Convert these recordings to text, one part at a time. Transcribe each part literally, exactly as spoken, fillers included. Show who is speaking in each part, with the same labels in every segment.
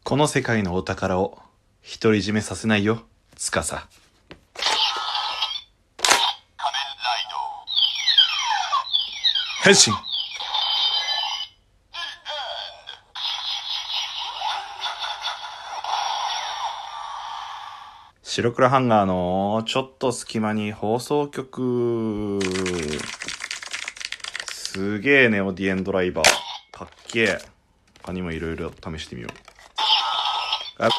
Speaker 1: この世界のお宝を独り占めさせないよ、つかさ。変身。白黒ハンガーのちょっと隙間に放送局。すげえネオディエンドライバー。かっけえ。他にもいろいろ試してみよう。あ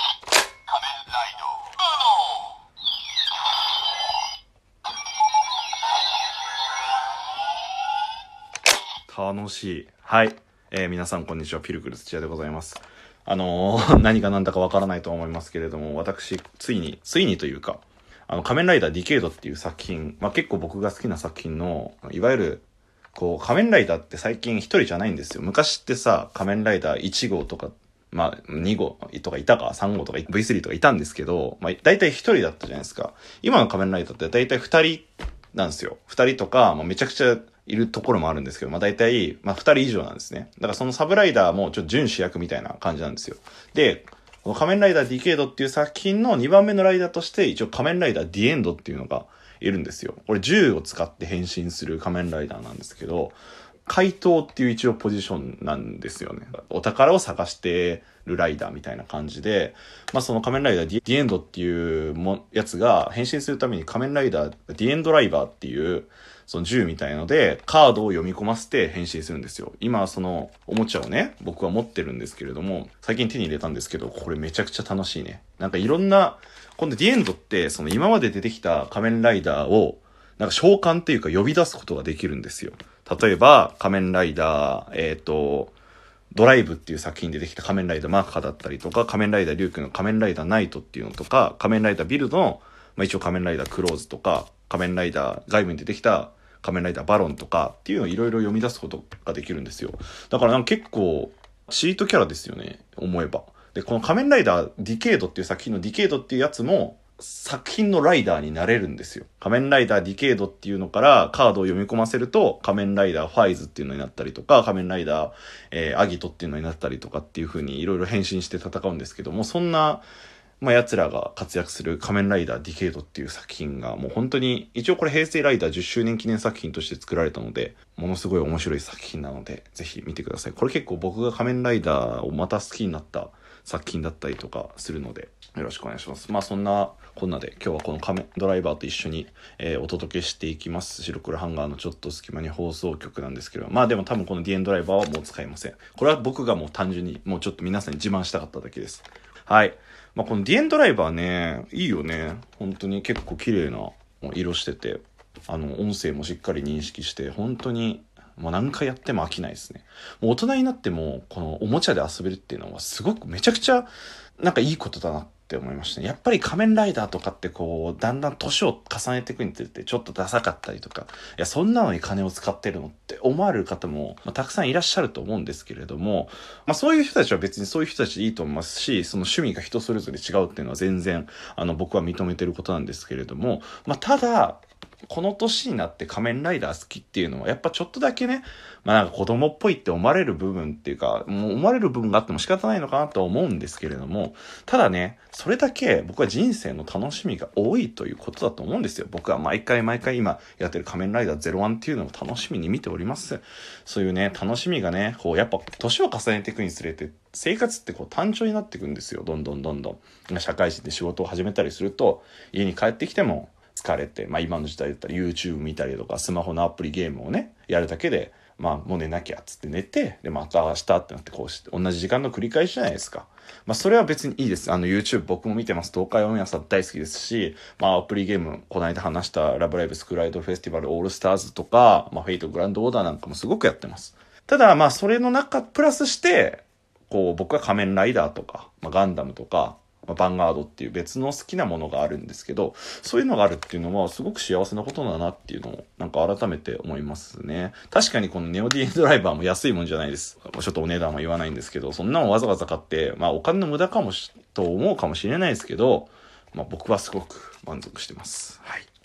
Speaker 1: 楽しい。はい、えー、皆さんこんにちは。ピルクル土屋でございます。あのー、何が何だかわからないと思いますけれども、私ついについにというか、あの仮面ライダーディケイドっていう作品、まあ、結構僕が好きな作品の、いわゆるこう仮面ライダーって最近一人じゃないんですよ。昔ってさ、仮面ライダーいち号とか、まあに号とかいたか、さん号とか ブイスリー とかいたんですけど、まあ大体一人だったじゃないですか。今の仮面ライダーって大体二人なんですよ。二人とか、まあ、めちゃくちゃいるところもあるんですけど、まあ大体、まあ二人以上なんですね。だからそのサブライダーもちょっと準主役みたいな感じなんですよ。で、この仮面ライダーディケイドっていう作品のにばんめのライダーとして、一応仮面ライダーディエンドっていうのがいるんですよ。これ銃を使って変身する仮面ライダーなんですけど、怪盗っていう一応ポジションなんですよね。お宝を探してるライダーみたいな感じで、まあその仮面ライダーディディエンドっていうもやつが変身するために仮面ライダーディエンドライバーっていうその銃みたいのでカードを読み込ませて変身するんですよ。今そのおもちゃをね、僕は持ってるんですけれども、最近手に入れたんですけど、これめちゃくちゃ楽しいね。なんかいろんな、今度ディエンドってその今まで出てきた仮面ライダーをなんか召喚っていうか呼び出すことができるんですよ。例えば仮面ライダー、えっと、ドライブっていう作品でできた仮面ライダーマッハだったりとか、仮面ライダーリュウクの仮面ライダーナイトっていうのとか、仮面ライダービルドの、まあ、一応仮面ライダークローズとか、仮面ライダー外部に出てきた仮面ライダーバロンとかっていうのをいろいろ読み出すことができるんですよ。だからなんか結構チートキャラですよね、思えば。で、この仮面ライダーディケイドっていう作品のディケイドっていうやつも作品のライダーになれるんですよ。仮面ライダーディケイドっていうのからカードを読み込ませると仮面ライダーファイズっていうのになったりとか、仮面ライダー、えー、アギトっていうのになったりとかっていう風にいろいろ変身して戦うんですけども、そんなまあ奴らが活躍する仮面ライダーディケイドっていう作品がもう本当に、一応これ平成ライダーじゅっしゅうねん記念作品として作られたので、ものすごい面白い作品なのでぜひ見てください。これ結構僕が仮面ライダーをまた好きになった作品だったりとかするのでよろしくお願いします。まあそんなこんなで今日はこの仮面ドライバーと一緒に、えー、お届けしていきます。白黒ハンガーのちょっと隙間に放送局なんですけど、まあでも多分このディエンドライバーはもう使いません。これは僕がもう単純にもうちょっと皆さんに自慢したかっただけです。はい。まあこのディエンドライバーね、いいよね。本当に結構綺麗な色してて、あの音声もしっかり認識して本当にもう何回やっても飽きないですね。もう大人になってもこのおもちゃで遊べるっていうのはすごくめちゃくちゃなんかいいことだなって思いましたね。やっぱり仮面ライダーとかってこうだんだん年を重ねていくにつれてちょっとダサかったりとか、いやそんなのに金を使ってるのって思われる方も、まあ、たくさんいらっしゃると思うんですけれども、まあそういう人たちは別にそういう人たちでいいと思いますし、その趣味が人それぞれ違うっていうのは全然あの僕は認めてることなんですけれども、まあただこの年になって仮面ライダー好きっていうのはやっぱちょっとだけね、まあなんか子供っぽいって思われる部分っていうか、もう思われる部分があっても仕方ないのかなとは思うんですけれども、ただね、それだけ僕は人生の楽しみが多いということだと思うんですよ。僕は毎回毎回今やってる仮面ライダーゼロワンっていうのを楽しみに見ております。そういうね、楽しみがね、こうやっぱ年を重ねていくにつれて生活ってこう単調になっていくんですよ。どんどんどんどん。社会人で仕事を始めたりすると、家に帰ってきても疲れて、まあ今の時代だったら YouTube 見たりとかスマホのアプリゲームをねやるだけで、まあもう寝なきゃっつって寝て、でまた明日ってなってこうして同じ時間の繰り返しじゃないですか。まあそれは別にいいです。あの YouTube 僕も見てます。東海オンエアさん大好きですし、まあアプリゲームこの間話したラブライブスクールアイドルフェスティバルオールスターズとか、まあフェイトグランドオーダーなんかもすごくやってます。ただまあそれの中プラスしてこう僕は仮面ライダーとか、まあ、ガンダムとかヴァンガードっていう別の好きなものがあるんですけど、そういうのがあるっていうのはすごく幸せなことだなっていうのをなんか改めて思いますね。確かにこのネオディエンドライバーも安いもんじゃないです。ちょっとお値段は言わないんですけど、そんなのわざわざ買ってまあお金の無駄かもしと思うかもしれないですけど、まあ僕はすごく満足してます。はい。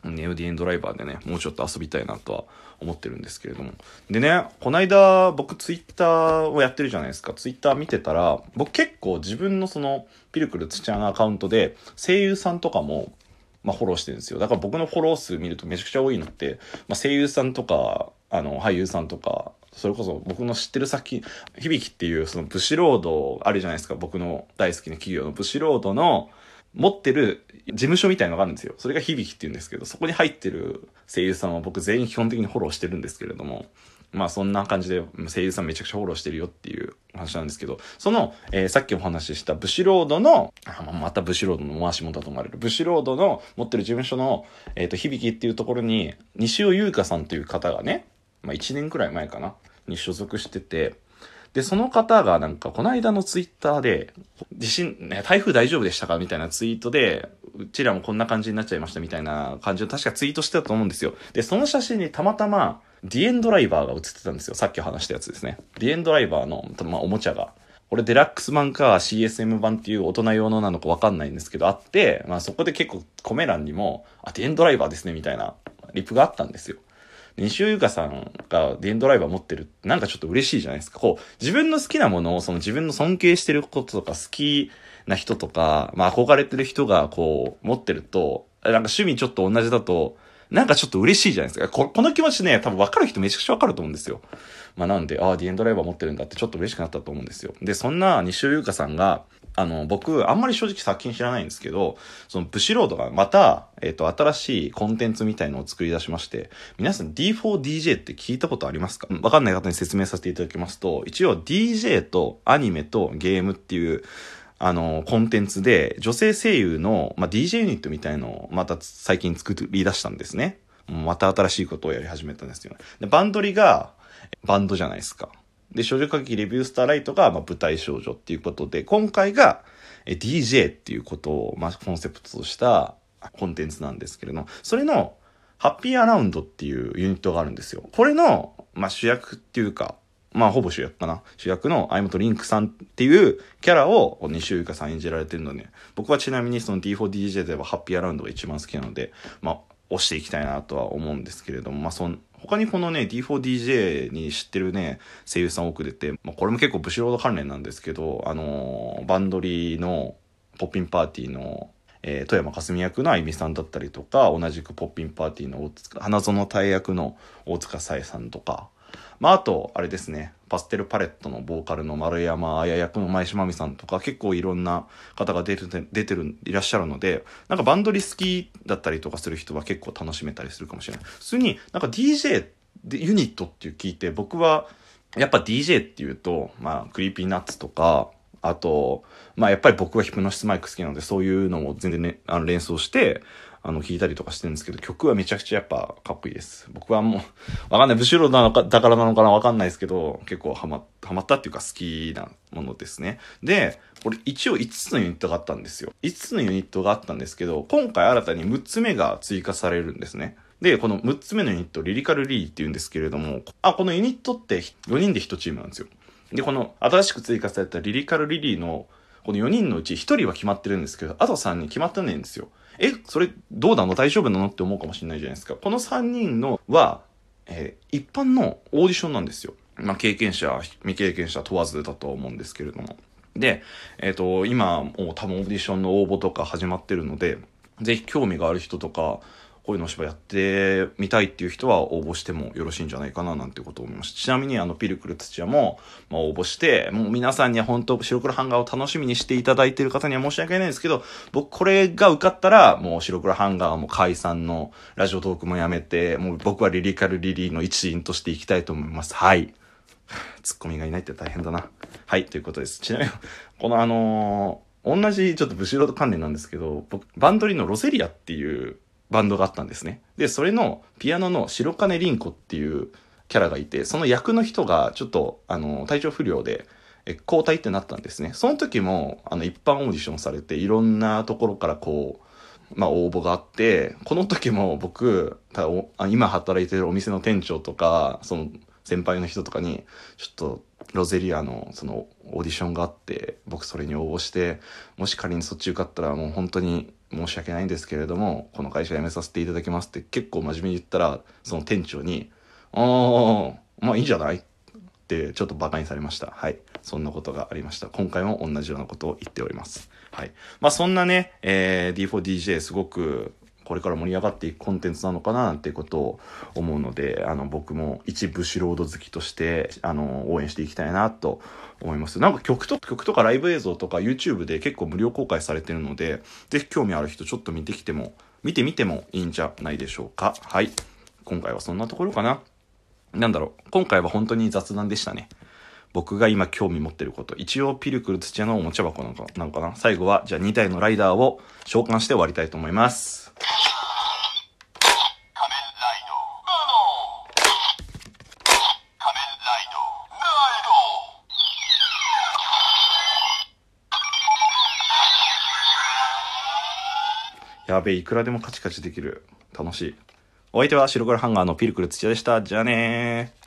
Speaker 1: ネオディエンドライバーでね、もうちょっと遊びたいなとは思ってるんですけれども。でね、こないだ僕ツイッターをやってるじゃないですか。ツイッター見てたら、僕結構自分のそのピルクルつちゃんアカウントで声優さんとかもまあフォローしてるんですよ。だから僕のフォロー数見るとめちゃくちゃ多いのって、まあ、声優さんとか、あの俳優さんとか、それこそ僕の知ってる先、響っていうそのブシロードあるじゃないですか。僕の大好きな企業のブシロードの持ってる事務所みたいのがあるんですよ。それが響って言うんですけど、そこに入ってる声優さんは僕全員基本的にフォローしてるんですけれども、まあそんな感じで声優さんめちゃくちゃフォローしてるよっていう話なんですけど、その、えー、さっきお話ししたブシロードの、あまたブシロードの回し物だと思われる、ブシロードの持ってる事務所の、えっと、響っていうところに、西尾優香さんという方がね、まあいちねんくらい前かな、に所属してて、で、その方がなんか、この間のツイッターで、地震、ね、台風大丈夫でしたかみたいなツイートで、うちらもこんな感じになっちゃいましたみたいな感じの確かツイートしてたと思うんですよ。で、その写真にたまたま、ディエンドライバーが写ってたんですよ。さっき話したやつですね。ディエンドライバーの、まあ、おもちゃが。これデラックス版か シーエスエム 版っていう大人用のなのかわかんないんですけど、あって、まあそこで結構コメ欄にも、あ、ディエンドライバーですねみたいなリプがあったんですよ。西尾優香さんがディエンドライバー持ってるなんかちょっと嬉しいじゃないですか。こう、自分の好きなものを、その自分の尊敬してることとか好きな人とか、まあ憧れてる人がこう持ってると、なんか趣味ちょっと同じだと、なんかちょっと嬉しいじゃないですか。こ, この気持ちね、多分分かる人めちゃくちゃ分かると思うんですよ。まあなんで、ああ、ディエンドライバー持ってるんだってちょっと嬉しくなったと思うんですよ。で、そんな西尾優香さんが、あの、僕、あんまり正直作品知らないんですけど、そのブシロードがまた、えっと、新しいコンテンツみたいのを作り出しまして、皆さん ディーフォーディージェー って聞いたことありますか？わかんない方に説明させていただきますと、一応 ディージェー とアニメとゲームっていう、あの、コンテンツで、女性声優の、まあ、ディージェー ユニットみたいのをまた最近作り出したんですね。また新しいことをやり始めたんですよね。で、バンドリが、バンドじゃないですか。で、少女歌劇レビュースターライトが、まあ、舞台少女っていうことで、今回が、ディージェー っていうことを、まあ、コンセプトとしたコンテンツなんですけれども、それの、ハッピーアラウンドっていうユニットがあるんですよ。これの、まあ、主役っていうか、まあ、ほぼ主役かな。主役の相本リンクさんっていうキャラを西尾優香さん演じられてるので、僕はちなみにその ディーフォーディージェー ではハッピーアラウンドが一番好きなので、まあ、押していきたいなとは思うんですけれども、まあ、そん、他にこのね、ディーフォーディージェー に知ってるね、声優さん多く出て、まあ、これも結構ブシロード関連なんですけど、あのー、バンドリのポッピンパーティーの、えー、富山かすみ役のあゆみさんだったりとか、同じくポッピンパーティーの大塚、花園大役の大塚さえさんとか、まあ、あと、あれですね、パステルパレットのボーカルの丸山彩役の前島美さんとか、結構いろんな方が出て、出てる、いらっしゃるので、なんかバンドリ好きだったりとかする人は結構楽しめたりするかもしれない。普通になんか ディージェー でユニットっていう聞いて、僕はやっぱ ディージェー っていうと、まあ、クリーピーナッツとか、あと、まあやっぱり僕はヒプノシスマイク好きなので、そういうのも全然ね、あの連想して、あの、弾いたりとかしてるんですけど、曲はめちゃくちゃやっぱかっこいいです。僕はもう、わかんない。ブシロードなのか、だからなのかなわかんないですけど、結構ハマ、ハマったっていうか好きなものですね。で、これ一応いつつのユニットがあったんですよ。いつつのユニットがあったんですけど、今回新たにむっつめが追加されるんですね。で、このむっつめのユニット、リリカルリリーって言うんですけれども、あ、このユニットってよにんでいちチームなんですよ。で、この新しく追加されたリリカルリリーのこのよにんのうちひとりは決まってるんですけど、あとさんにん決まってないんですよ。え、それどうなの大丈夫なのって思うかもしれないじゃないですか。このさんにんのは、えー、一般のオーディションなんですよ。まあ、経験者、未経験者問わずだとは思うんですけれども。で、えっと、今、もう多分オーディションの応募とか始まってるので、ぜひ興味がある人とか、こういうのを芝居やってみたいっていう人は応募してもよろしいんじゃないかななんてことを思いました。ちなみにあのピルクル土屋も、まあ、応募して、もう皆さんには本当白黒ハンガーを楽しみにしていただいている方には申し訳ないんですけど、僕これが受かったらもう白黒ハンガーも解散のラジオトークもやめて、もう僕はリリカルリリーの一員としていきたいと思います。はい。ツッコミがいないって大変だな。はい、ということです。ちなみに、このあのー、同じちょっとブシロード関連なんですけど、僕、バンドリのロセリアっていうバンドがあったんですね。で、それのピアノの白金凛子っていうキャラがいて、その役の人がちょっと、あの、体調不良で、え交代ってなったんですね。その時も、あの、一般オーディションされて、いろんなところからこう、まあ、応募があって、この時も僕、た今働いてるお店の店長とか、その、 先輩の人とかに、ちょっとロゼリアのそのオーディションがあって、僕それに応募して、もし仮にそっち受かったらもう本当に申し訳ないんですけれども、この会社辞めさせていただきますって結構真面目に言ったら、その店長に、ああ、まあいいんじゃないってちょっとバカにされました。はい。そんなことがありました。今回も同じようなことを言っております。はい。まあそんなね、えー、ディーフォーディージェー すごくこれから盛り上がっていくコンテンツなのかななんていうことを思うので、あの僕も一ブシロード好きとしてあの応援していきたいなと思います。なんか曲と曲とかライブ映像とか YouTube で結構無料公開されてるので、ぜひ興味ある人ちょっと見てきても見てみてもいいんじゃないでしょうか。はい。今回はそんなところかな。なんだろう。今回は本当に雑談でしたね。僕が今興味持ってること。一応ピルクル土屋のおもちゃ箱なんか、なのかな。最後は、じゃあにたいのライダーを召喚して終わりたいと思います。やべえ、いくらでもカチカチできる。楽しい。お相手は白黒ハンガーのピルクル土屋でした。じゃあねー。